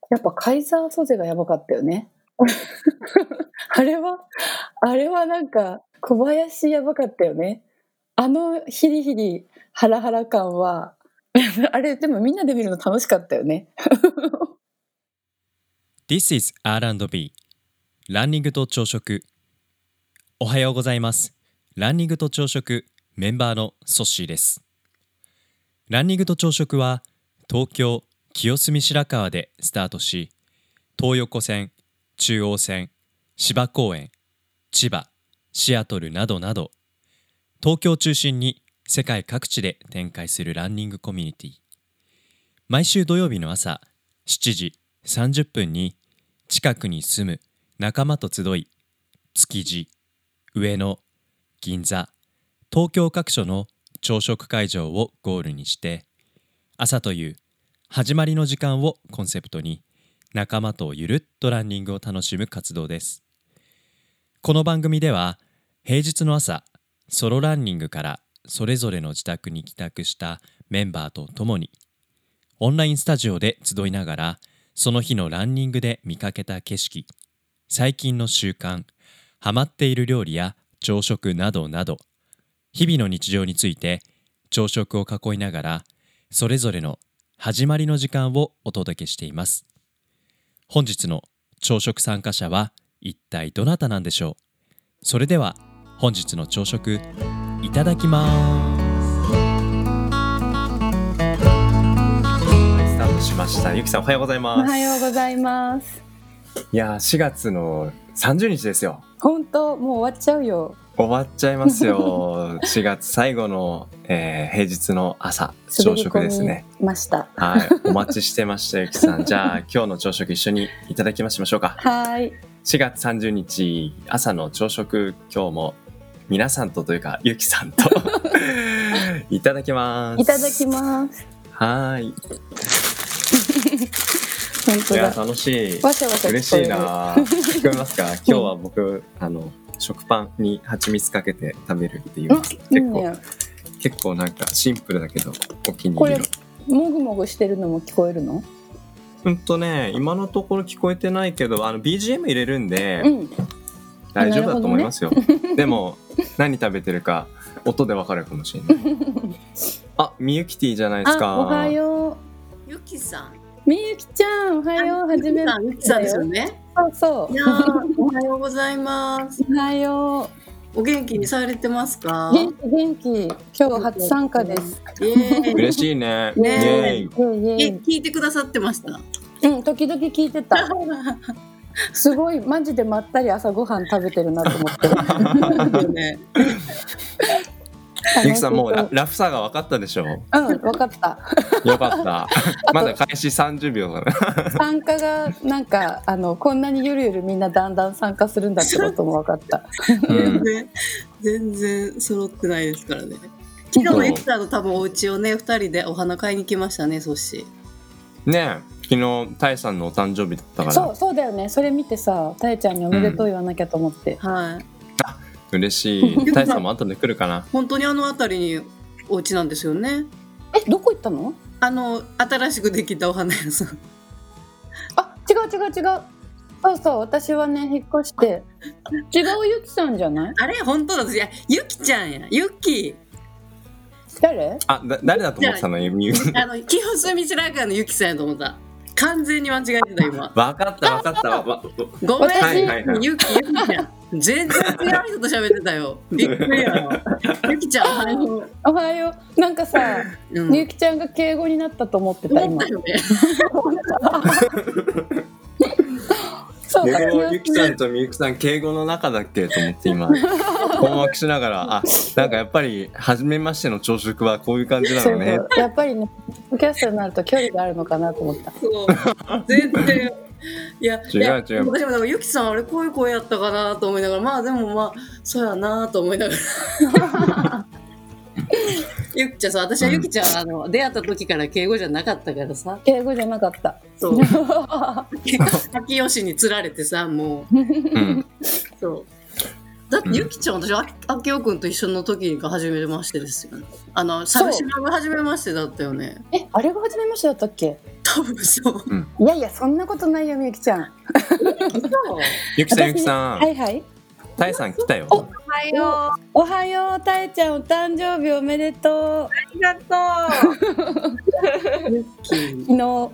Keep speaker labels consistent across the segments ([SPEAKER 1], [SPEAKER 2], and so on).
[SPEAKER 1] やっぱカイザーソゼがやばかったよね。あれはなんか小林やばかったよね。ヒリヒリハラハラ感はあれでもみんなで見るの楽しかったよね。
[SPEAKER 2] This is R&B ランニングと朝食。おはようございます。ランニングと朝食メンバーのソッシーです。ランニングと朝食は東京清澄白河でスタートし、東横線、中央線、芝公園、千葉、シアトルなどなど東京を中心に世界各地で展開するランニングコミュニティ。毎週土曜日の朝7時30分に近くに住む仲間と集い、築地、上野、銀座、東京各所の朝食会場をゴールにして、朝という始まりの時間をコンセプトに仲間とゆるっとランニングを楽しむ活動です。この番組では平日の朝、ソロランニングからそれぞれの自宅に帰宅したメンバーと共にオンラインスタジオで集いながら、その日のランニングで見かけた景色、最近の習慣、ハマっている料理や朝食などなど、日々の日常について朝食を囲いながらそれぞれの始まりの時間をお届けしています。本日の朝食参加者は一体どなたなんでしょう。それでは本日の朝食いただきます。
[SPEAKER 3] スタートしました。ゆきさんおはようございます。
[SPEAKER 1] おはようございます。
[SPEAKER 3] いや4月の30日ですよ。
[SPEAKER 1] 本当もう終わっちゃうよ。
[SPEAKER 3] 終わっちゃいますよ。4月最後の、平日の朝朝食ですね。
[SPEAKER 1] ました。
[SPEAKER 3] はい、お待ちしてましたゆきさん。じゃあ今日の朝食一緒にいただきましょうか。
[SPEAKER 1] はい。
[SPEAKER 3] 4月30日朝の朝食、今日も皆さんとというかゆきさんといただきます。
[SPEAKER 1] いただきます。
[SPEAKER 3] はい。
[SPEAKER 1] 本当だ。
[SPEAKER 3] いや楽しい。
[SPEAKER 1] わしゃわしゃ聞こえる。
[SPEAKER 3] 嬉しいな。聞こえますか？今日は僕食パンに蜂蜜かけて食べるっていう、結構なんかシンプルだけどお気に入りの。
[SPEAKER 1] これもぐもぐしてるのも聞こえるの？
[SPEAKER 3] 今のところ聞こえてないけどBGM 入れるんで、大丈夫だと思いますよ。でも何食べてるか音でわかるかもしれない。あ、みゆきティじゃないですか。
[SPEAKER 1] おはよ
[SPEAKER 4] う。ゆきさん。
[SPEAKER 1] みゆきちゃんおはよう。はじめまして。
[SPEAKER 4] ゆきさんですよね。
[SPEAKER 1] そう。
[SPEAKER 4] いやおはようございます。
[SPEAKER 1] おはよ
[SPEAKER 4] う。お元気にされてますか？
[SPEAKER 1] 元気。今日初参加です。
[SPEAKER 3] 嬉しいね。
[SPEAKER 4] 聞いてくださってました？
[SPEAKER 1] 時々聞いてた。すごいマジでまったり朝ごはん食べてるなと思って。
[SPEAKER 3] ゆきさんもうラフさが分かったでしょ？
[SPEAKER 1] 分かった。
[SPEAKER 3] よかった。まだ開始30秒だな。
[SPEAKER 1] 参加がなんかこんなにゆるゆるみんなだんだん参加するんだってことも分かった。
[SPEAKER 4] 全然揃ってないですからね。昨日もゆきさんの多分お家をね2人でお花買いに来ましたね。そし
[SPEAKER 3] ねえ、昨日たえさんのお誕生日だったから。
[SPEAKER 1] そうだよね。それ見てさ、たえちゃんにおめでとう言わなきゃと思って。
[SPEAKER 4] はい。
[SPEAKER 3] 嬉しい。たえさんも後で来るかな。
[SPEAKER 4] 本当に辺りにお家なんですよね。
[SPEAKER 1] どこ行ったの？
[SPEAKER 4] 新しくできたお花屋さん。
[SPEAKER 1] 違う。そう私はね引っ越して違うゆきさんじゃない？
[SPEAKER 4] あれ本当だ。いやゆきちゃんや。ゆき。
[SPEAKER 1] 誰？
[SPEAKER 3] 誰だと思ってたの？清
[SPEAKER 4] 澄白河のゆきさんやと思った。完全に間違えてた今。
[SPEAKER 3] 分かった。
[SPEAKER 4] ごめん、ゆきちゃん。全然違う人と喋ってたよ。びっくりやろ。ゆきちゃん
[SPEAKER 1] おはよう。なんかさ、ゆきちゃんが敬語になったと思ってた今。
[SPEAKER 3] そうか。ゆきさんとみゆきさん敬語の中だっけと思って今困惑しながら、なんかやっぱり初めましての朝食はこういう感じなのね。
[SPEAKER 1] そうやっぱりね、キャストになると距離があるのかなと思った。
[SPEAKER 4] そう全然いや
[SPEAKER 3] 違う。
[SPEAKER 4] 私もだからゆきさんあれこういう声やったかなと思いながら、でもそうやなと思いながらゆきちゃんさ、私はゆきちゃん出会った時から敬語じゃなかったからさ。
[SPEAKER 1] 敬語じゃなかった。
[SPEAKER 4] そう秋吉に釣られてさ、もう、そうだってゆきちゃん、私秋代くんと一緒の時が初めましてですよね。寂しがが初めましてだったよね。
[SPEAKER 1] あれが初めましてだったっけ？
[SPEAKER 4] 多嘘。
[SPEAKER 1] いやいやそんなことないよみゆきちゃん。
[SPEAKER 3] ゆきさんゆきさん、
[SPEAKER 1] はいはい。
[SPEAKER 3] たえさん来たよ。
[SPEAKER 5] おはよう。
[SPEAKER 1] おはようたえちゃん、お誕生日おめでとう。
[SPEAKER 5] ありがとう。
[SPEAKER 1] 昨日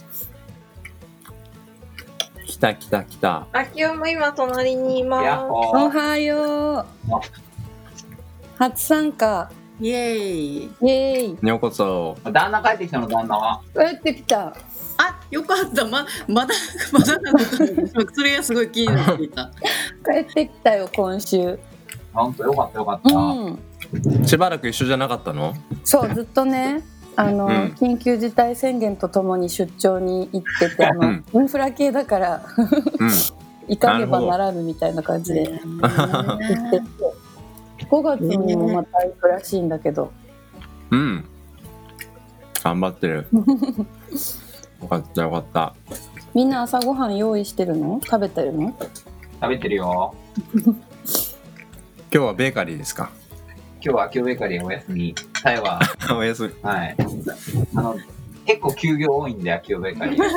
[SPEAKER 3] 来た来た来た。
[SPEAKER 5] あきおも今隣にいます。
[SPEAKER 1] おはよう。初参加。
[SPEAKER 4] イエーイ。
[SPEAKER 1] イエーイ。
[SPEAKER 3] ようこそ。
[SPEAKER 6] 旦那帰ってきたの、旦那は。
[SPEAKER 1] 帰ってきた。
[SPEAKER 4] あ、よかった。まだなのか。それがすごい気になっていた。
[SPEAKER 1] 帰ってきたよ今週。
[SPEAKER 6] 本当よかったよかった。
[SPEAKER 3] しばらく一緒じゃなかったの？
[SPEAKER 1] そうずっとね。緊急事態宣言とともに出張に行ってて、インフラ系だから行かねばならぬみたいな感じで行ってて、5月にもまた行くらしいんだけど、
[SPEAKER 3] 頑張ってる。よかったよかった。
[SPEAKER 1] みんな朝ごはん用意してるの？食べてるの？
[SPEAKER 6] 食べてるよ。
[SPEAKER 3] 今日はベーカリーですか？
[SPEAKER 6] 今日は秋葉ベーカリーお休み。タイは
[SPEAKER 3] おやすみ。
[SPEAKER 6] はい。結構休業多いんで秋葉ベーカリー。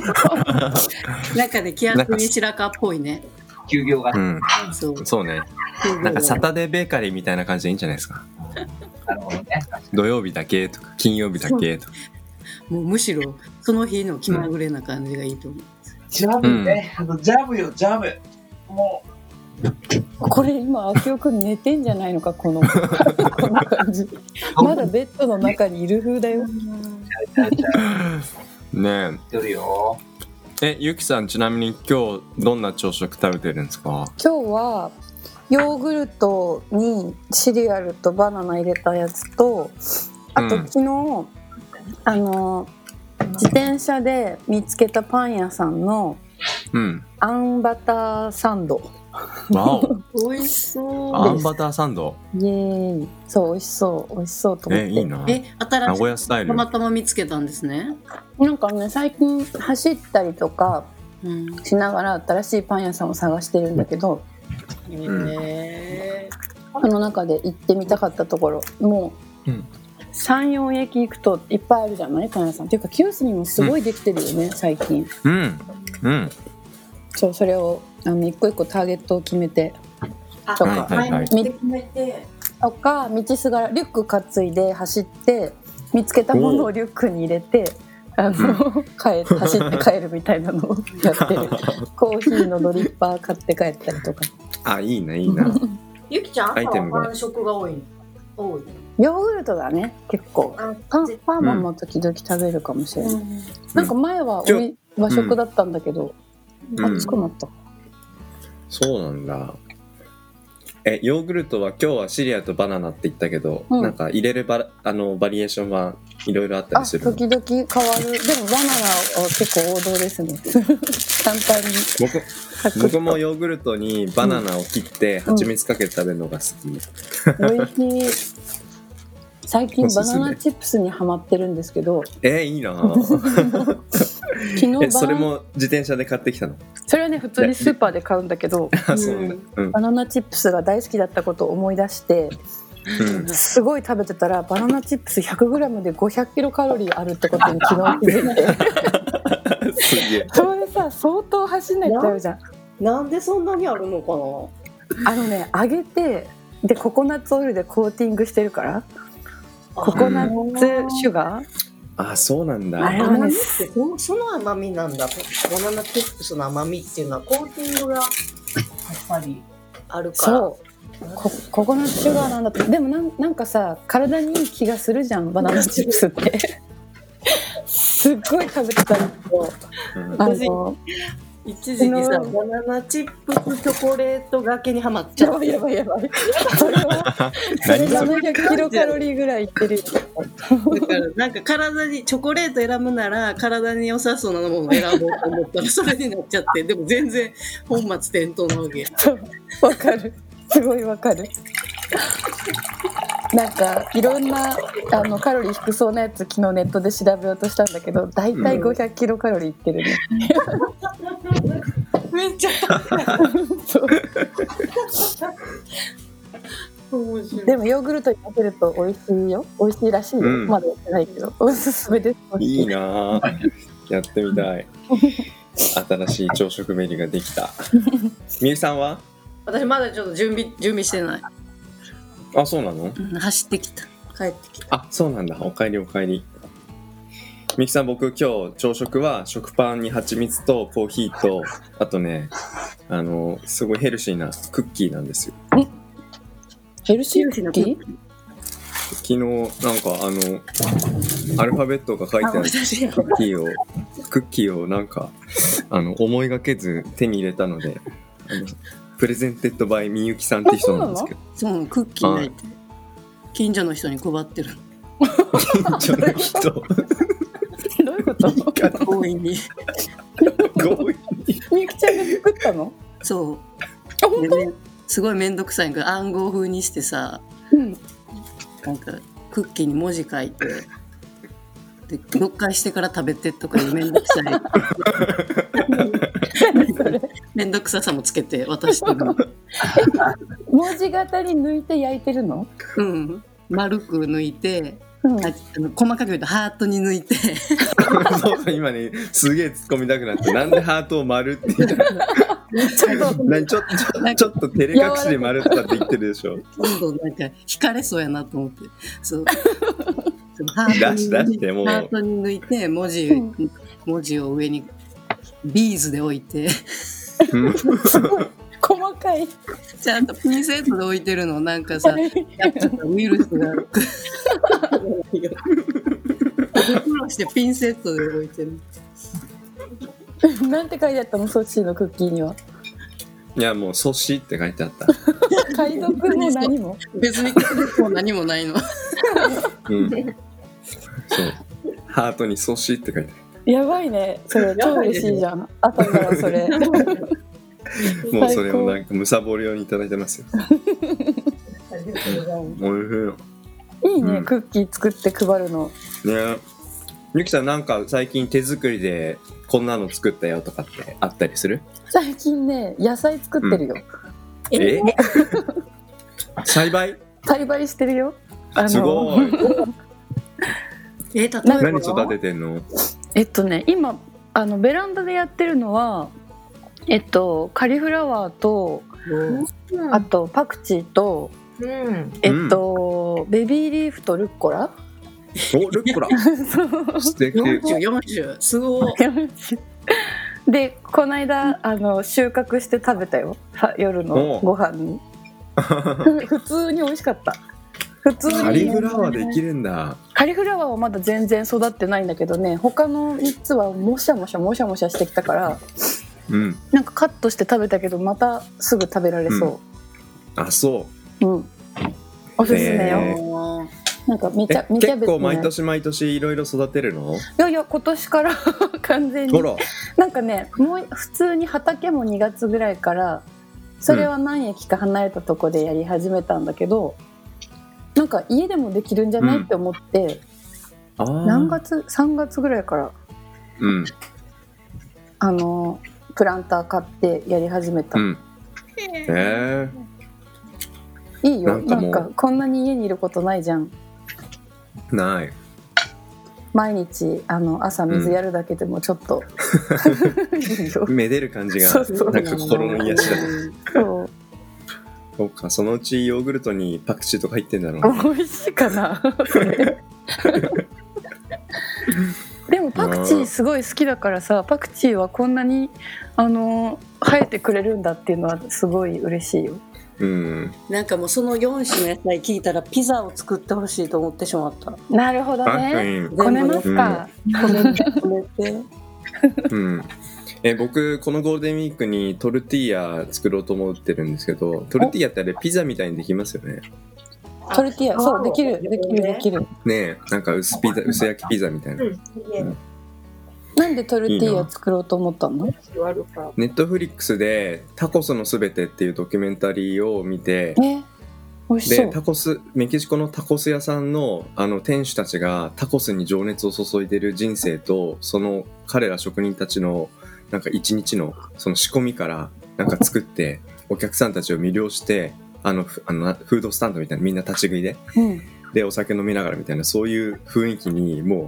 [SPEAKER 4] 中で気休め白髪っぽいね。
[SPEAKER 6] 休業が。
[SPEAKER 3] そうね。なんかサタデーベーカリーみたいな感じでいいんじゃないですか。
[SPEAKER 6] なるほどね。
[SPEAKER 3] 土曜日だけとか金曜日だけとか。
[SPEAKER 4] もうむしろその日の気まぐれな感じがいいと思う。
[SPEAKER 6] ジャムね。ジャムよジャム。もう。
[SPEAKER 1] これ今あきおくん寝てんじゃないのかこの感じ。まだベッドの中にいる風だよ。
[SPEAKER 3] ね
[SPEAKER 6] え。るよ。
[SPEAKER 3] ゆきさんちなみに今日どんな朝食食べてるんですか？
[SPEAKER 1] 今日はヨーグルトにシリアルとバナナ入れたやつと、あと昨日、自転車で見つけたパン屋さんのあんバターサンド。
[SPEAKER 3] わお。
[SPEAKER 4] 美味しそう。
[SPEAKER 3] あんバターサンド。
[SPEAKER 1] イエーイ。そう美味しそうと思って。
[SPEAKER 3] いいな。
[SPEAKER 4] 新
[SPEAKER 3] しいた
[SPEAKER 4] またま見つけたんですね。
[SPEAKER 1] なんかね最近走ったりとかしながら新しいパン屋さんを探してるんだけど、その中で行ってみたかったところ、もう、3、4駅行くといっぱいあるじゃないパン屋さんっていうか、清洲にもすごいできてるよね、最近。そう、それを一個一個ターゲットを決めてとか、とか道すがらリュック担いで走って見つけたものをリュックに入れて走って帰るみたいなのをやってる。コーヒーのドリッパー買って帰ったりとか。
[SPEAKER 3] あ、いいな、いいな。
[SPEAKER 4] ゆきちゃん、パン食が多い。
[SPEAKER 1] ヨーグルトだね、結構。パーマンも時々食べるかもしれない。なんか前は和食だったんだけど、熱くなった。
[SPEAKER 3] そうなんだ。ヨーグルトは今日はシリアとバナナって言ったけど、なんか入れるバリエーションはいろいろあったりするの？
[SPEAKER 1] 時々変わる。でもバナナは結構王道ですね。簡単に。
[SPEAKER 3] 僕もヨーグルトにバナナを切って蜂蜜かけて食べるのが好き。
[SPEAKER 1] 美味しい。最近バナナチップスにハマってるんですけど。
[SPEAKER 3] いいな。昨日それも自転車で買ってきたの？
[SPEAKER 1] それはね普通にスーパーで買うんだけど、バナナチップスが大好きだったことを思い出して、すごい食べてたらバナナチップス 100g で500キロカロリーあるってことに昨日気づいて。すげえ。それさ相当走んないとダメじゃん。
[SPEAKER 4] なんでそんなにあるのかな。
[SPEAKER 1] 揚げてでココナッツオイルでコーティングしてるから。ココナッツシュガー。
[SPEAKER 3] あ、そうなんだ。
[SPEAKER 1] あれはね、
[SPEAKER 4] その甘みなんだ。バナナチップスの甘みっていうのはコーティングがやっぱりあるから。そう。
[SPEAKER 1] ココナッツシュガーなんだって。でもなんかさ、体にいい気がするじゃん、バナナチップスって。すっごい食べてたんですよ。
[SPEAKER 4] 一時期さ、バナナチップスチョコレートがけにハマっちゃう。
[SPEAKER 1] やばい。それ700キロカロリーぐらいいってるよ。
[SPEAKER 4] だからなんか体にチョコレート選ぶなら体に良さそうなものを選ぼうと思ったらそれになっちゃって、でも全然本末転倒なわけ。
[SPEAKER 1] わかる。すごいわかる。なんかいろんなカロリー低そうなやつ昨日ネットで調べようとしたんだけど、だいたい500キロカロリーいってるね。
[SPEAKER 4] めっちゃ
[SPEAKER 1] でもヨーグルトにかけると美味しいよ。美味しいらしいよ。まだやってないけどおすすめです。
[SPEAKER 3] いいな。 やってみたい。新しい朝食メニューができた。みゆきさんは？
[SPEAKER 4] 私まだちょっと準備してない。
[SPEAKER 3] あ、そうなの？
[SPEAKER 4] 走ってきた。帰ってきた。
[SPEAKER 3] あ、そうなんだ。おかえりおかえり。みゆきさん、僕今日朝食は食パンに蜂蜜とコーヒーと、あとね、すごいヘルシーなクッキーなんですよ。
[SPEAKER 1] ヘルシークッキー？
[SPEAKER 3] 昨日なんかアルファベットが書いてあるクッキーをなんか思いがけず手に入れたので、プレゼンテッドバイみゆきさんって人なんですけど。
[SPEAKER 4] そうクッキー焼いて近所の人に配ってる。
[SPEAKER 3] 近所の人
[SPEAKER 1] どういうこと？
[SPEAKER 4] 強引に。
[SPEAKER 3] 強引に。
[SPEAKER 1] みゆきちゃんが作ったの？
[SPEAKER 4] そうで、ね、すごい面倒くさいんから暗号風にしてさ、なんかクッキーに文字書いてで読解してから食べてとかいう面倒くさい面倒くささもつけて渡してる。
[SPEAKER 1] 文字型に抜いて焼いてるの？
[SPEAKER 4] 丸く抜いて、細かく言うとハートに抜いて
[SPEAKER 3] そう今ねすげえ突っ込みたくなってなんでハートを丸って言ったのちょっと照れ隠しで丸とかって言ってるでしょ。
[SPEAKER 4] 今度なんか惹かれそうやなと思ってそう
[SPEAKER 3] 出してもう
[SPEAKER 4] ハートに抜いて文字を上にビーズで置いて
[SPEAKER 1] 細かい
[SPEAKER 4] ちゃんとピンセットで置いてるのなんかさやっちゃったウイルスが袋してピンセットで置いてる。
[SPEAKER 1] なんて書いてあったの？ソッシーのクッキーには。
[SPEAKER 3] いやもうソシって書いてあった。
[SPEAKER 1] 解読も何も
[SPEAKER 4] 別に解読も何もないの。
[SPEAKER 3] そうハートにソシって書いてあ
[SPEAKER 1] る。やばいねそれ超嬉しいじゃん。朝からそれ
[SPEAKER 3] もうそれをなんかむさぼるようにいただいてますよ。
[SPEAKER 1] いいね、クッキー作って配るの
[SPEAKER 3] ね。ゆきさんなんか最近手作りでこんなの作ったよとかってあったりする？
[SPEAKER 1] 最近ね野菜作ってるよ。
[SPEAKER 3] 栽培
[SPEAKER 1] してるよ。
[SPEAKER 3] すごい。
[SPEAKER 4] 例えば
[SPEAKER 3] 何育ててんの？
[SPEAKER 1] 今ベランダでやってるのはカリフラワーと、あとパクチーと、ベビーリーフとルッコラ。
[SPEAKER 3] お、ルッコラ素敵。
[SPEAKER 4] 40すごい。
[SPEAKER 1] でこの間収穫して食べたよ夜のご飯に。普通に美味しかった。普通に
[SPEAKER 3] カリフラワーできるんだ。
[SPEAKER 1] カリフラワーはまだ全然育ってないんだけどね、他の3つはもしゃもしゃしてきたから、なんかカットして食べたけどまたすぐ食べられそう。
[SPEAKER 3] あ、そう。
[SPEAKER 1] おすすめよ。なんかめちゃ
[SPEAKER 3] 結構毎年いろいろ育てるの？
[SPEAKER 1] いや今年から完全に。なんかねもう普通に畑も2月ぐらいからそれは何駅か離れたとこでやり始めたんだけど、なんか家でもできるんじゃないって思って、3月ぐらいからプランター買ってやり始めた。いいよ。なんかこんなに家にいることないじゃん。
[SPEAKER 3] ない。
[SPEAKER 1] 毎日朝水やるだけでもちょっといいよ。
[SPEAKER 3] めでる感じがなんか心の癒しだ。そうか、そのうちヨーグルトにパクチーとか入ってんだろう。
[SPEAKER 1] 美味しいかなでもパクチーすごい好きだからさ、パクチーはこんなに生えてくれるんだっていうのはすごい嬉しいよ。
[SPEAKER 4] なんかもうその4種の野菜聞いたらピザを作ってほしいと思ってしまった。
[SPEAKER 1] なるほどね。こねますか。こね
[SPEAKER 3] て。僕このゴールデンウィークにトルティーヤ作ろうと思ってるんですけど、トルティーヤってあれピザみたいにできますよね。
[SPEAKER 1] トルティーヤ、そうできるね
[SPEAKER 3] え、なんか薄焼きピザみたいな。
[SPEAKER 1] なんでトルティーヤ作ろうと思ったの？
[SPEAKER 3] ネットフリックスでタコスのすべてっていうドキュメンタリーを見て、
[SPEAKER 1] 美味しそう。
[SPEAKER 3] でメキシコのタコス屋さんの店主たちがタコスに情熱を注いでる人生と、その彼ら職人たちのなんか一日のその仕込みからなんか作ってお客さんたちを魅了してフードスタンドみたいなみんな立ち食いで、でお酒飲みながらみたいなそういう雰囲気にも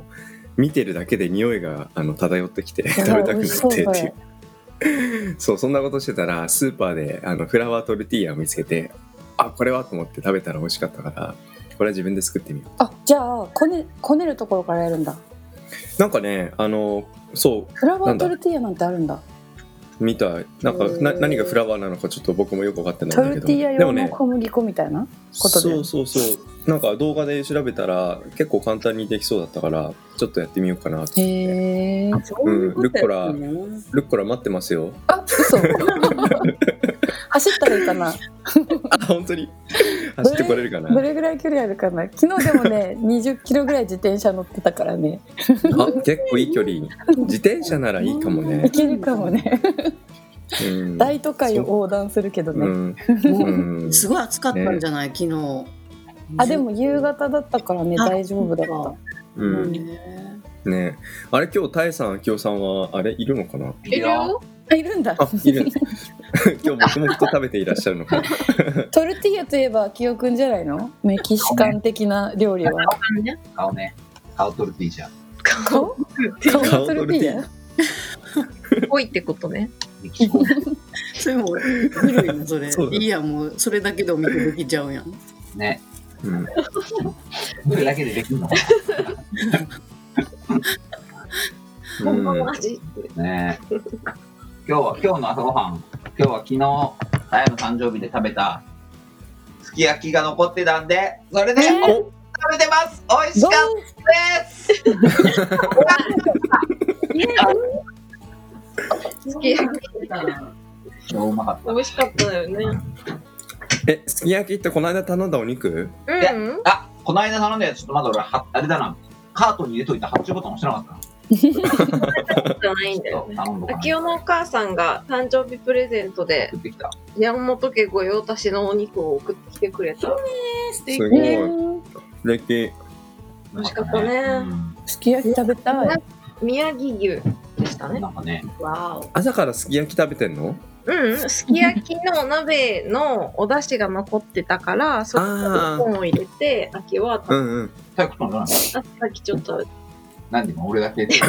[SPEAKER 3] 見てるだけで匂いが漂ってきて食べたくなってっていうそう、そんなことしてたらスーパーでフラワートルティーヤを見つけて、あ、これはと思って食べたら美味しかったから、これは自分で作ってみよう。
[SPEAKER 1] あ、じゃあこねるところからやるんだ。
[SPEAKER 3] なんかね、そう
[SPEAKER 1] フラワートルティーヤなんてあるんだ。
[SPEAKER 3] みたい。なんか何がフラワーなのかちょっと僕もよく分かってないんだけど、
[SPEAKER 1] トルティーヤ用の
[SPEAKER 3] でもね、
[SPEAKER 1] 小麦粉みたいなことで。
[SPEAKER 3] そうなんか動画で調べたら結構簡単にできそうだったからちょっとやってみようかなって。
[SPEAKER 1] へえ。
[SPEAKER 3] ルッコラ待ってますよ。
[SPEAKER 1] あ、嘘。走ったらいいかな。
[SPEAKER 3] あ、本当に走ってこれるかな。
[SPEAKER 1] どれぐらい距離あるかな。昨日でもね20キロぐらい自転車乗ってたからね。
[SPEAKER 3] あ、結構いい距離。自転車ならいいかもね。
[SPEAKER 1] いけるかもね。大都会を横断するけどね。
[SPEAKER 4] もうすごい暑かったんじゃない、昨日。
[SPEAKER 1] あ、でも夕方だったからね大丈夫だった。
[SPEAKER 3] ね、あれ今日タエさん、キヨさんはあれいるのかな。
[SPEAKER 5] いるよ。
[SPEAKER 1] あ、いるんだ。
[SPEAKER 3] あ、いる。今日黙々と食べていらっしゃるのかな。
[SPEAKER 1] トルティーヤといえばキヨくんじゃないの？メキシカン的な料理は。
[SPEAKER 6] 顔ね。顔トルティージャ。
[SPEAKER 1] 顔トルティーヤ。
[SPEAKER 5] 多いってことね。
[SPEAKER 4] それも古いのそれ。いいや、もうそれだけでお店できちゃうやん。
[SPEAKER 6] ね。それだけでできるの。
[SPEAKER 5] 本場の味。
[SPEAKER 6] ね。今日の朝ごはん。今日は昨日タヤの誕生日で食べたすき焼きが残ってたんで、それで食べてます。美味しかったです。
[SPEAKER 5] すき焼き。
[SPEAKER 6] 超うまかった。
[SPEAKER 5] 美味しかったよね。
[SPEAKER 3] すき焼きってこの間頼んだお肉？
[SPEAKER 6] あ、この間頼んだやつちょっとまだ俺あれだな、カートに入れといた発注ボタン押してなかった。
[SPEAKER 5] じゃないんだよね。秋代のお母さんが誕生日プレゼントで山本家御用達のお肉を送ってきてくれた。
[SPEAKER 4] 素敵。
[SPEAKER 3] すごい素敵。
[SPEAKER 5] 美味しかったね。
[SPEAKER 1] すき焼き食べたい。
[SPEAKER 5] 宮城牛でしたね。
[SPEAKER 6] なんかね。
[SPEAKER 3] 朝からすき焼き食べてんの？
[SPEAKER 5] すき焼きの鍋のお出汁が残ってたからそこに本を入れて秋は
[SPEAKER 6] さっきの
[SPEAKER 5] さっきちょっと
[SPEAKER 6] なんでも俺だけ
[SPEAKER 5] 今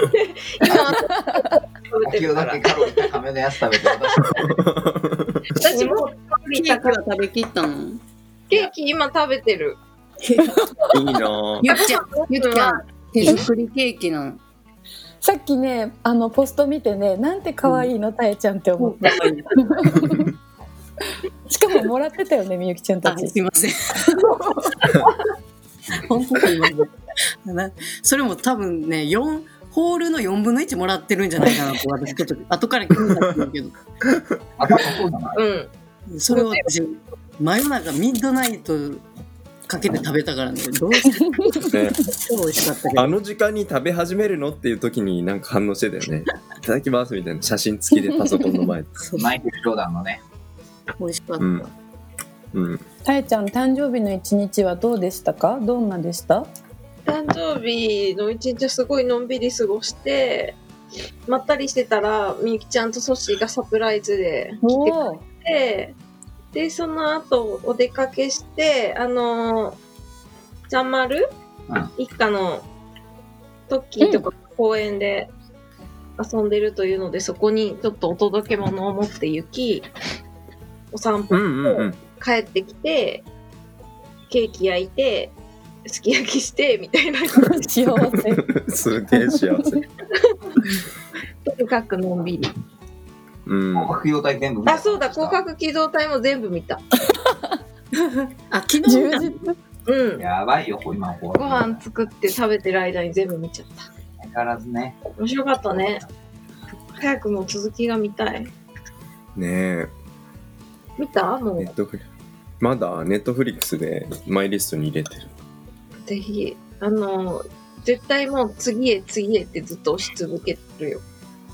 [SPEAKER 6] 秋代だけカロリー高めのやつ食べて
[SPEAKER 5] 私も
[SPEAKER 4] ケーキは食べきったの？
[SPEAKER 5] ケーキ今食べてる。
[SPEAKER 3] いいな。
[SPEAKER 4] ゆきちゃん手作りケーキなの。
[SPEAKER 1] さっきねポスト見てね、なんて可愛いのたえちゃんって思った。しかももらってたよね、みゆきちゃんたち。
[SPEAKER 4] すいません。本当にそれも多分ねホールの4分の1もらってるんじゃないかなと私ちょっと後から気になってるけど。それを私真夜中ミッドナイトかけて食べたからね。どうして超美味しかったけど。
[SPEAKER 3] あの時間に食べ始めるのっていう時になんか反応してたよね。いただきますみたいな写真付きでパソコンの前で。
[SPEAKER 6] マイケル・ジョーダンのね。
[SPEAKER 4] 美味しかった。
[SPEAKER 1] たえちゃん誕生日の一日はどうでしたか？どんなでした？
[SPEAKER 5] 誕生日の一日すごいのんびり過ごしてまったりしてたらみゆきちゃんとソッシーがサプライズで来てくれて、でその後お出かけしてちゃんまる、一家のトッキーとか公園で遊んでるというので、そこにちょっとお届け物を持って行きお散歩して帰ってきてケーキ焼いてすき焼きしてみたいな
[SPEAKER 1] 幸せ。
[SPEAKER 3] すげえ幸せ。
[SPEAKER 5] とにかくのんびり。
[SPEAKER 6] 広角機動隊全部見た。
[SPEAKER 5] あ、そうだ、広角機動隊も全部見た。
[SPEAKER 4] あ、昨日見た。
[SPEAKER 6] やばいよ、今
[SPEAKER 5] ご飯作って食べてる間に全部見ちゃった。
[SPEAKER 6] 相変わらずね。
[SPEAKER 5] 面白かったね。早くもう続きが見たい。
[SPEAKER 3] ねえ。
[SPEAKER 5] 見た？もう。
[SPEAKER 3] まだネットフリックスでマイリストに入れてる。
[SPEAKER 5] ぜひ絶対もう次へってずっと押し続けるよ。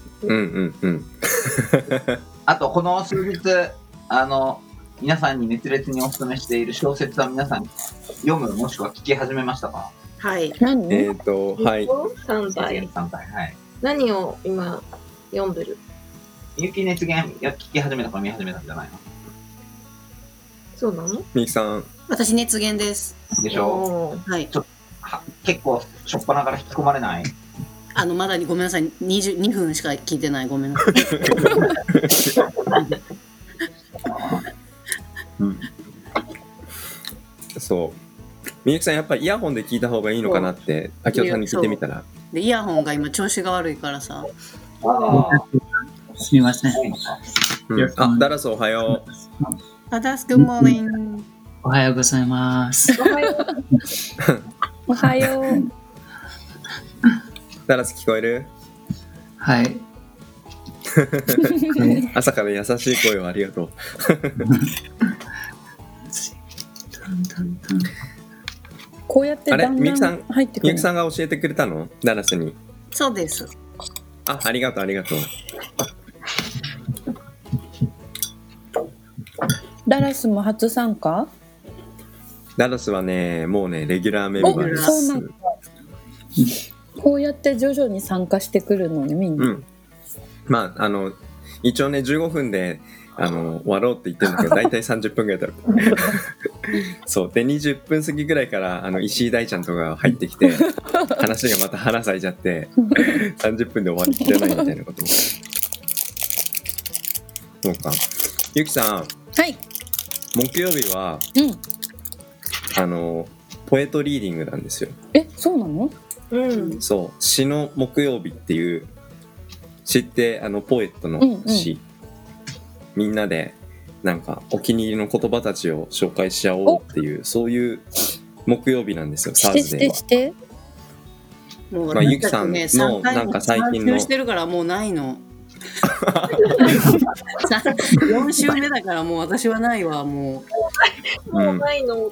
[SPEAKER 6] あとこの数日皆さんに熱烈にお勧めしている小説は皆さん読むもしくは聞き始めましたか？
[SPEAKER 1] はい。
[SPEAKER 3] はい。
[SPEAKER 5] 3体。
[SPEAKER 6] はい。
[SPEAKER 5] 何を今読んでる？
[SPEAKER 6] みゆき熱言聞き始めたか見始めたんじゃないの？
[SPEAKER 5] そうなの？
[SPEAKER 3] みゆきさん。
[SPEAKER 4] 私熱言です。
[SPEAKER 6] でしょ？
[SPEAKER 4] はい。
[SPEAKER 6] 結構しょっぱなから引き込まれない？
[SPEAKER 4] まだにごめんなさい、22分しか聞いてない、ごめんなさい。
[SPEAKER 3] うん、そうみゆきさんやっぱりイヤホンで聞いた方がいいのかなってあきおさんに聞いてみたら、
[SPEAKER 4] でイヤホンが今調子が悪いからさ。
[SPEAKER 7] すみません。
[SPEAKER 3] あ、ダラスおはよう。
[SPEAKER 4] あ、ダスグッモーニング。
[SPEAKER 7] おはようございます。
[SPEAKER 1] おはよう。
[SPEAKER 3] ダラス聞こえる？
[SPEAKER 7] はい。
[SPEAKER 3] 朝から優しい声をありがとう。
[SPEAKER 1] こうやってだんだん
[SPEAKER 3] みゆきさん
[SPEAKER 1] 入ってくる。
[SPEAKER 3] みゆきさんが教えてくれたの？ダラスに。
[SPEAKER 4] そうです。
[SPEAKER 3] ありがとうありがとう。
[SPEAKER 1] ダラスも初参加？
[SPEAKER 3] ダラスはねもうねレギュラーメンバーです。
[SPEAKER 1] そうなんだ。こうやって徐々に参加してくるのねみんな。
[SPEAKER 3] まあ一応ね15分で終わろうって言ってるんだけど大体30分ぐらい経る。そうで20分過ぎぐらいから石井大ちゃんとか入ってきて話がまた花咲いちゃって30分で終わりきれないみたいなことも。そうか。ゆきさん。
[SPEAKER 1] はい。
[SPEAKER 3] 木曜日は、ポエトリーディングなんですよ。
[SPEAKER 1] そうなの？
[SPEAKER 3] そう詩の木曜日っていう詩ってポエットの詩、みんなでなんかお気に入りの言葉たちを紹介し合おうっていうそういう木曜日なんですよ。サーズデーは。もうゆきさんのなんか最近の
[SPEAKER 4] してるからもうないの。4週目だからもう私はないわも
[SPEAKER 5] う。もうないの。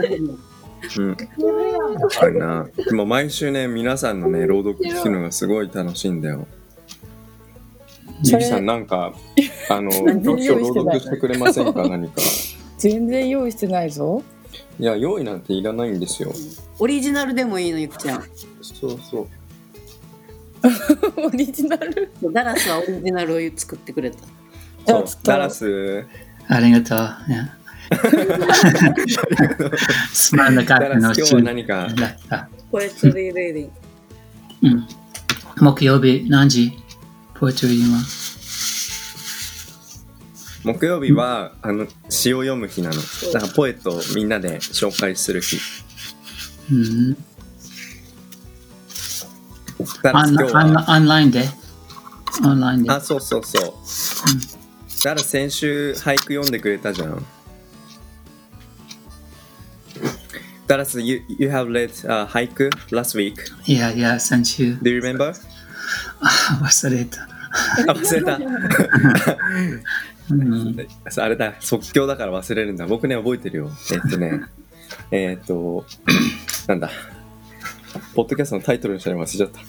[SPEAKER 3] 確かにな。でも毎週ね皆さんのね朗読聞くのがすごい楽しいんだよ。ゆきさんなんか今日朗読してくれませんか？何か。
[SPEAKER 1] 全然用意してないぞ。
[SPEAKER 3] いや用意なんていらないんですよ。
[SPEAKER 4] オリジナルでもいいのゆきちゃん。
[SPEAKER 3] そうそう。
[SPEAKER 1] オリジナル。
[SPEAKER 4] ダラスはオリジナルを作ってくれた。
[SPEAKER 3] そうダラス。
[SPEAKER 7] ありがとう。すまなかったの。
[SPEAKER 3] 今日は何か。
[SPEAKER 4] ポエトリーレーディング。
[SPEAKER 7] 木曜日何時？ポエトリーは？
[SPEAKER 3] 木曜日は詩を読む日なの。だからポエットをみんなで紹介する日。
[SPEAKER 7] オンラインで。
[SPEAKER 3] あ、そうそうそう。だから先週俳句読んでくれたじゃん。Dallas, you have read俳句 last week?
[SPEAKER 7] Yeah, 先週。
[SPEAKER 3] Do you remember?
[SPEAKER 7] 忘れた。
[SPEAKER 3] 忘れた。あれだ、即興だから忘れるんだ。僕ね、覚えてるよ。なんだ。ポッドキャストのタイトルにしたら忘れちゃった。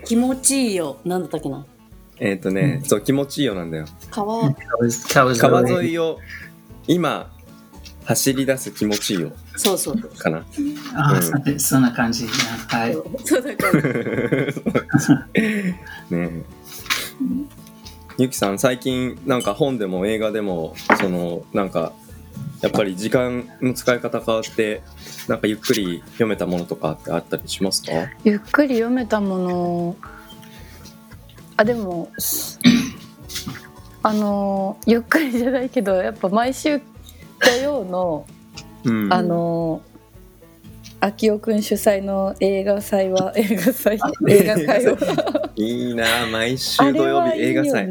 [SPEAKER 4] 気持ちいいよ。なんだったっけな。
[SPEAKER 3] そう、気持ちいいよなんだよ。
[SPEAKER 4] 川
[SPEAKER 3] 沿いを今走り出す気持ちいいよ。
[SPEAKER 4] そうそう。
[SPEAKER 3] かな。
[SPEAKER 7] そんな感じ。はい。
[SPEAKER 4] そうだから。
[SPEAKER 3] ねえ。ゆきさん、最近なんか本でも映画でもなんかやっぱり時間の使い方変わってなんかゆっくり読めたものとかってあったりしますか？
[SPEAKER 1] ゆっくり読めたもの。でもゆっくりじゃないけどやっぱ毎週土曜の秋代くん主催の映画会はい
[SPEAKER 3] いな、毎週土曜日映画祭。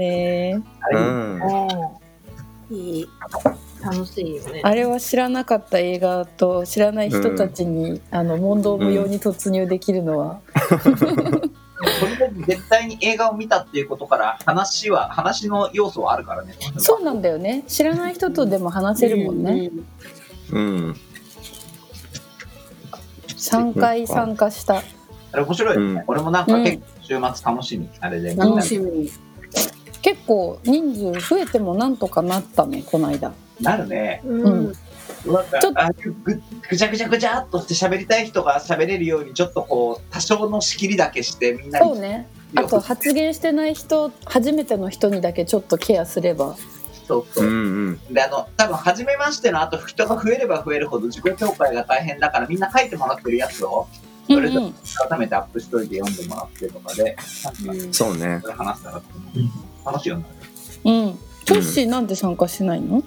[SPEAKER 5] いい、楽しいよね。
[SPEAKER 1] あれは知らなかった映画と知らない人たちに、問答無用に突入できるのは、
[SPEAKER 6] それで絶対に映画を見たっていうことから話の要素はあるからね。
[SPEAKER 1] そうなんだよね。知らない人とでも話せるもんね。3回参加した。
[SPEAKER 6] あれ面白いよね。俺もなんか結構週末楽しみ。あれで
[SPEAKER 4] 楽しみ。
[SPEAKER 1] 結構人数増えてもなんとかなったね、この間。
[SPEAKER 6] なるね。
[SPEAKER 1] ちょっと
[SPEAKER 6] ぐちゃぐちゃぐちゃっとして喋りたい人が喋れるようにちょっとこう多少の仕切りだけしてみんなに。
[SPEAKER 1] そうね。あと発言してない人、初めての人にだけちょっとケアすれば。
[SPEAKER 6] そうそう。で多分初めましての後人が増えれば増えるほど自己紹介が大変だからみんな書いてもらってるやつをそれぞれ改めてアップしといて読んでもらってとかで、
[SPEAKER 3] そうね。
[SPEAKER 6] それ話したら楽しいよね。
[SPEAKER 1] トッシーなんで参加しないの？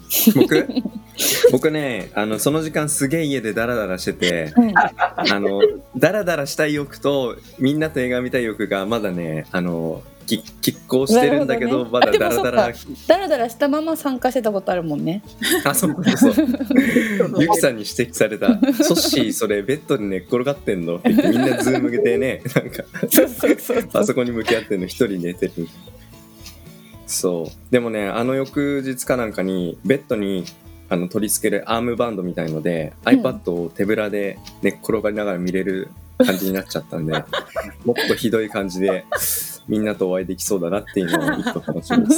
[SPEAKER 3] 僕ね、その時間すげえ家でダラダラしてて、ダラダラしたい欲とみんなと映画見たい欲がまだね、拮抗してるんだけど、まだダラダラ
[SPEAKER 1] したまま参加してたことあるもんね。
[SPEAKER 3] そうゆきさんに指摘された。ソッシーそれベッドに寝っ転がってんのって言ってみんなズームでね、なんかパソコンに向き合ってんの一人寝てる。そうでもね、翌日かなんかにベッドに取り付けるアームバンドみたいので、iPad を手ぶらで寝っ転がりながら見れる感じになっちゃったんでもっとひどい感じでみんなとお会いできそうだなっていうのを一個楽しみです、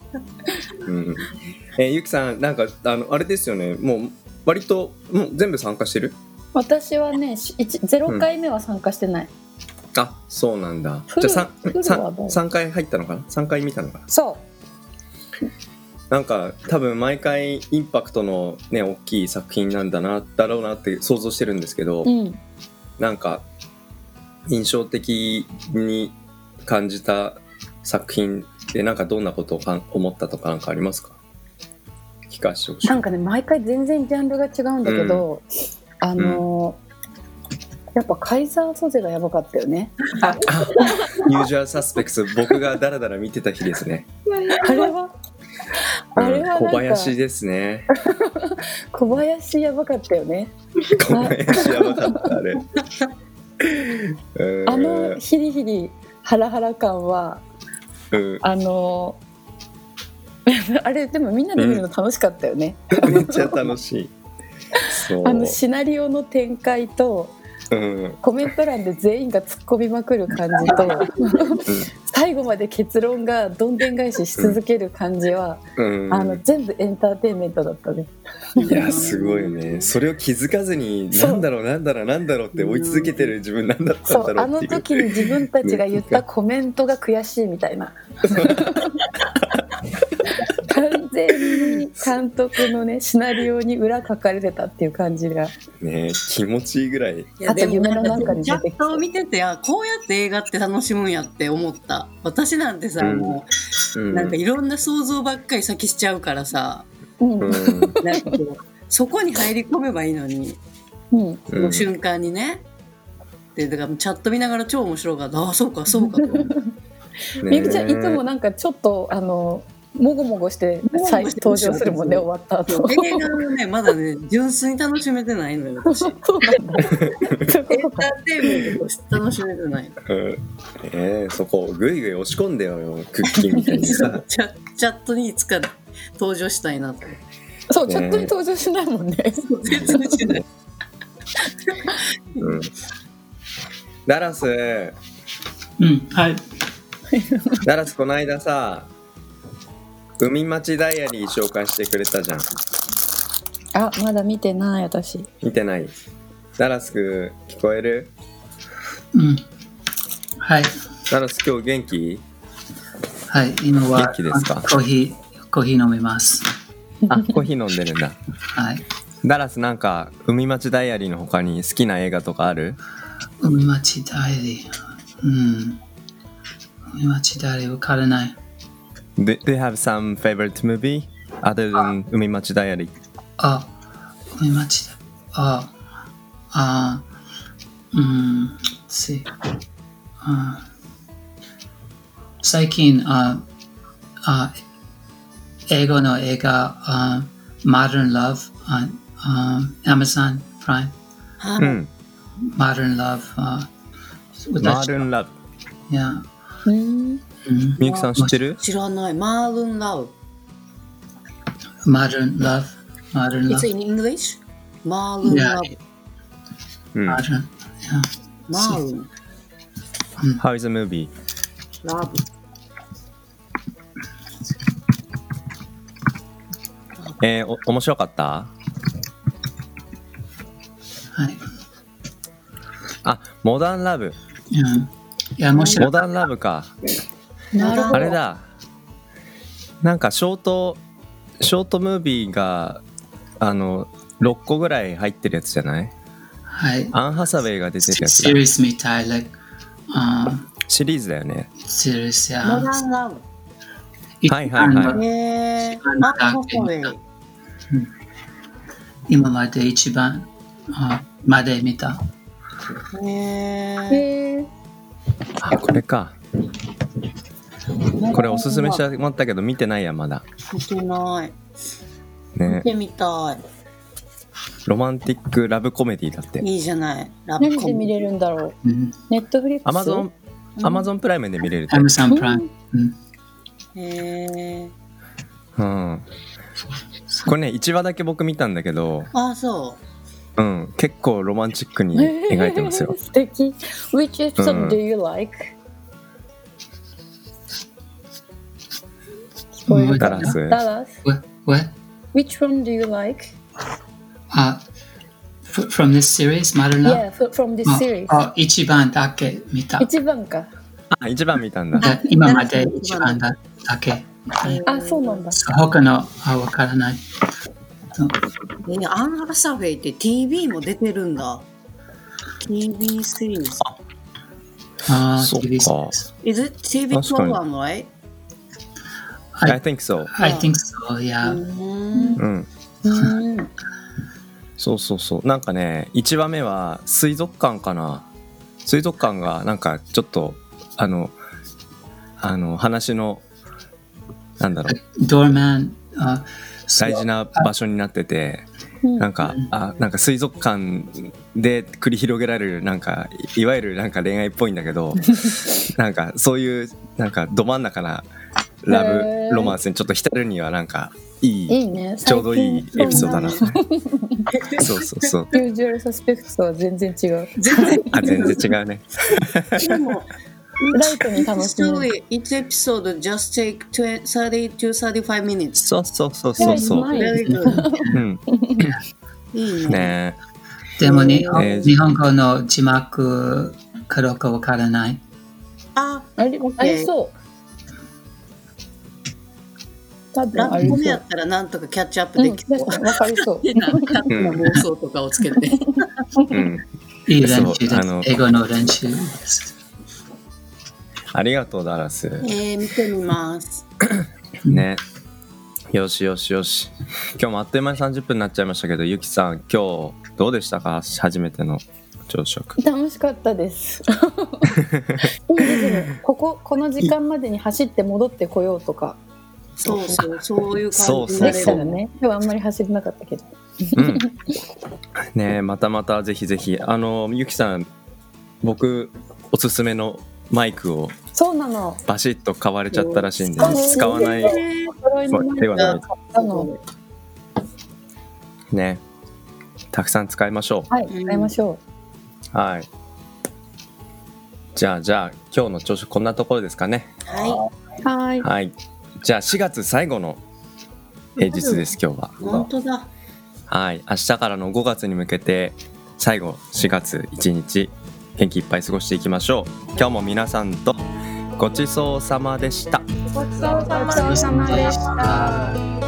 [SPEAKER 3] ゆきさんなんかあれですよね、もう割ともう全部参加してる？
[SPEAKER 1] 私はね0回目は参加してない、
[SPEAKER 3] そうなんだ。じゃあ 3回入ったのかな？ 3 回見たのかな？
[SPEAKER 1] そう
[SPEAKER 3] なんか多分毎回インパクトのね大きい作品なんだろうなって想像してるんですけど、なんか印象的に感じた作品でなんかどんなことを思ったとかなんかありますか？聞かせてほしい。
[SPEAKER 1] なんかね、毎回全然ジャンルが違うんだけど、やっぱカイザーソゼがやばかったよね。
[SPEAKER 3] ユージュアルサスペクツ、僕がダラダラ見てた日ですね。
[SPEAKER 1] あれは
[SPEAKER 3] 小林ですね。
[SPEAKER 1] 小林やばかったよね。
[SPEAKER 3] 小林やばかったあれ。
[SPEAKER 1] ヒリヒリハラハラ感は、あれでもみんなで見るの楽しかったよね。
[SPEAKER 3] めっちゃ楽しい。そう
[SPEAKER 1] シナリオの展開と、コメント欄で全員が突っ込みまくる感じと最後まで結論がどんでん返しし続ける感じは、全部エンターテインメントだったね。
[SPEAKER 3] いやすごいよね。それを気づかずになんだろうって追い続けてる自分なんだったんだろうっていう。
[SPEAKER 1] 時に自分たちが言ったコメントが悔しいみたいな完全に監督のねシナリオに裏書かれてたっていう感じが
[SPEAKER 3] ね、気持ちいいぐらい。
[SPEAKER 1] あと夢の中に
[SPEAKER 4] チャットを見てて、こうやって映画って楽しむんやって思った。私なんてさ、もうなんかいろんな想像ばっかり先しちゃうからさ、なんかこうそこに入り込めばいいのに、その瞬間にね。でだからチャット見ながら超面白かった。そうかと思う。
[SPEAKER 1] みゆきちゃんいつもなんかちょっともごもごして登場するもんね、終わった後。
[SPEAKER 4] 映画はねまだね純粋に楽しめてないのよ私。そうなんだ。エンターテインメントとして楽しめてないの。
[SPEAKER 3] そこぐいぐい押し込んでよクッキーみたいにさ。
[SPEAKER 4] チャットにいつか登場したいなと。
[SPEAKER 1] そう、チャットに登場しないもんね。
[SPEAKER 4] 全然しない。
[SPEAKER 3] ダラス。
[SPEAKER 7] はい。
[SPEAKER 3] ダラスこの間さ。海町ダイアリー紹介してくれたじゃん。
[SPEAKER 1] まだ見てない私。
[SPEAKER 3] 見てない。ダラス聞こえる？
[SPEAKER 7] はい。
[SPEAKER 3] ダラス今日元気？
[SPEAKER 7] はい、今は
[SPEAKER 3] 元気ですか？
[SPEAKER 7] コーヒー飲みます。
[SPEAKER 3] コーヒー飲んでるんだ。
[SPEAKER 7] はい。
[SPEAKER 3] ダラスなんか海町ダイアリーの他に好きな映画とかある？
[SPEAKER 7] 海町ダイアリー。海町ダイアリーわからない。
[SPEAKER 3] Do you have some favorite movie other than 海町ダイアリー？
[SPEAKER 7] 海町let's see. 最近英語の映画Modern Love Amazon Prime. Modern Love.
[SPEAKER 3] Modern Love.
[SPEAKER 7] Yeah.
[SPEAKER 3] みゆきさん知ってる？
[SPEAKER 4] 知らない。マールン・ラウ。
[SPEAKER 7] Modern Love.
[SPEAKER 4] It's in English? マールン・ラブ。
[SPEAKER 7] Modern. Yeah.
[SPEAKER 4] マールン。
[SPEAKER 3] How is the movie?
[SPEAKER 4] ラブ。
[SPEAKER 3] 面白かった？
[SPEAKER 7] はい。
[SPEAKER 3] モダンラブ。
[SPEAKER 7] いや、モ
[SPEAKER 3] ダンラブか。あれだ。なんかショートムービーが6個ぐらい入ってるやつじゃない？
[SPEAKER 7] はい。
[SPEAKER 3] アン・ハサウェイが出てるやつ
[SPEAKER 7] シ
[SPEAKER 3] だ。
[SPEAKER 7] リーズみたい、
[SPEAKER 3] シリーズだよね。
[SPEAKER 7] シリーズや。
[SPEAKER 4] モダンラブ。
[SPEAKER 3] はいはいはい
[SPEAKER 4] アン・ハサウェイ。
[SPEAKER 7] 今まで一番まで見た。
[SPEAKER 3] あ、これか。これおすすめしてもらったけど見てないやまだ。
[SPEAKER 4] 見てない。
[SPEAKER 3] ね
[SPEAKER 4] 見。てみたい。
[SPEAKER 3] ロマンティックラブコメディだって。
[SPEAKER 4] いいじゃない。ラブ
[SPEAKER 1] 何
[SPEAKER 4] コメ
[SPEAKER 1] で見れるんだろ
[SPEAKER 7] う。
[SPEAKER 1] ネットフリックス。
[SPEAKER 3] アマゾンプライムで見れるって。
[SPEAKER 7] アマゾンプライム。
[SPEAKER 3] うん。これね1話だけ僕見たんだけど、
[SPEAKER 4] あ、そう。
[SPEAKER 3] 結構ロマンチックに描いてますよ。
[SPEAKER 1] 素敵。Which episode do you like? 聞こえるかな？ダラス。
[SPEAKER 7] What?
[SPEAKER 1] Which one do you like?
[SPEAKER 7] From this series, Modern Love?
[SPEAKER 1] Yeah, from this series.
[SPEAKER 7] 一番だけ見た。
[SPEAKER 1] 一番か。
[SPEAKER 3] あ、1番見たんだ。
[SPEAKER 7] 今まで一番だけ。
[SPEAKER 1] あ、そうなんだ。
[SPEAKER 7] 他のわからない。
[SPEAKER 4] アン・ハサウェイって TV も出てるんだ。TV シリーズ。
[SPEAKER 3] そう
[SPEAKER 7] TV
[SPEAKER 3] か。
[SPEAKER 4] Is it TV program, right?
[SPEAKER 3] I think so.
[SPEAKER 7] I think so, yeah.
[SPEAKER 3] そうそうそう。なんかね、1話目は水族館かな。水族館がなんかちょっと話のなんだろう。
[SPEAKER 7] ドアマン
[SPEAKER 3] 大事な場所になってて、なんか水族館で繰り広げられるなんかいわゆるなんか恋愛っぽいんだけど、なんかそういうなんかど真ん中なラブロマンスにちょっと浸るにはなんかいい
[SPEAKER 1] ね、
[SPEAKER 3] ちょうどいいエピソードだな。そうそうそう。
[SPEAKER 1] ユージュアルサスペクトとは全然違う。
[SPEAKER 3] 全然違うね。
[SPEAKER 4] でも
[SPEAKER 1] ライトに楽しめる。
[SPEAKER 4] Each episode just take 30 to 35 minutes.
[SPEAKER 3] そうそうそうそうそう。
[SPEAKER 4] Very good. いい
[SPEAKER 3] ね。
[SPEAKER 7] でも日本語の字幕かどうかわからない。
[SPEAKER 4] あ
[SPEAKER 1] りそう。
[SPEAKER 4] ラブコメやったらなんとかキャッチアップできそう。
[SPEAKER 1] わかりそう。
[SPEAKER 4] なんか妄想とかをつけて。
[SPEAKER 7] いい練習です。英語の練習です。
[SPEAKER 3] ありがとうダラス。
[SPEAKER 4] 見てみます。
[SPEAKER 3] ね。よしよしよし。今日もあっという間に30分になっちゃいましたけど、ゆきさん今日どうでしたか？初めての朝食。
[SPEAKER 1] 楽しかったです。いいですね。この時間までに走って戻ってこようとか。
[SPEAKER 4] そういう感じで
[SPEAKER 1] したらね。今日はあんまり走れなかったけど。
[SPEAKER 3] ね、またまたぜひぜひゆきさん、僕おすすめのマイクを
[SPEAKER 1] そうなの
[SPEAKER 3] バシッと買われちゃったらしいんで、使わないではないね。たくさん使いましょう。
[SPEAKER 1] はい、使いましょ
[SPEAKER 3] う。はい。じゃあ今日の朝食こんなところですかね。
[SPEAKER 1] はい。
[SPEAKER 3] じゃあ4月最後の平日です今日は。
[SPEAKER 4] 本当だ。
[SPEAKER 3] はい。明日からの5月に向けて最後4月1日元気いっぱい過ごしていきましょう。今日も皆さんとごちそうさまでした。
[SPEAKER 1] ごちそうさまでした。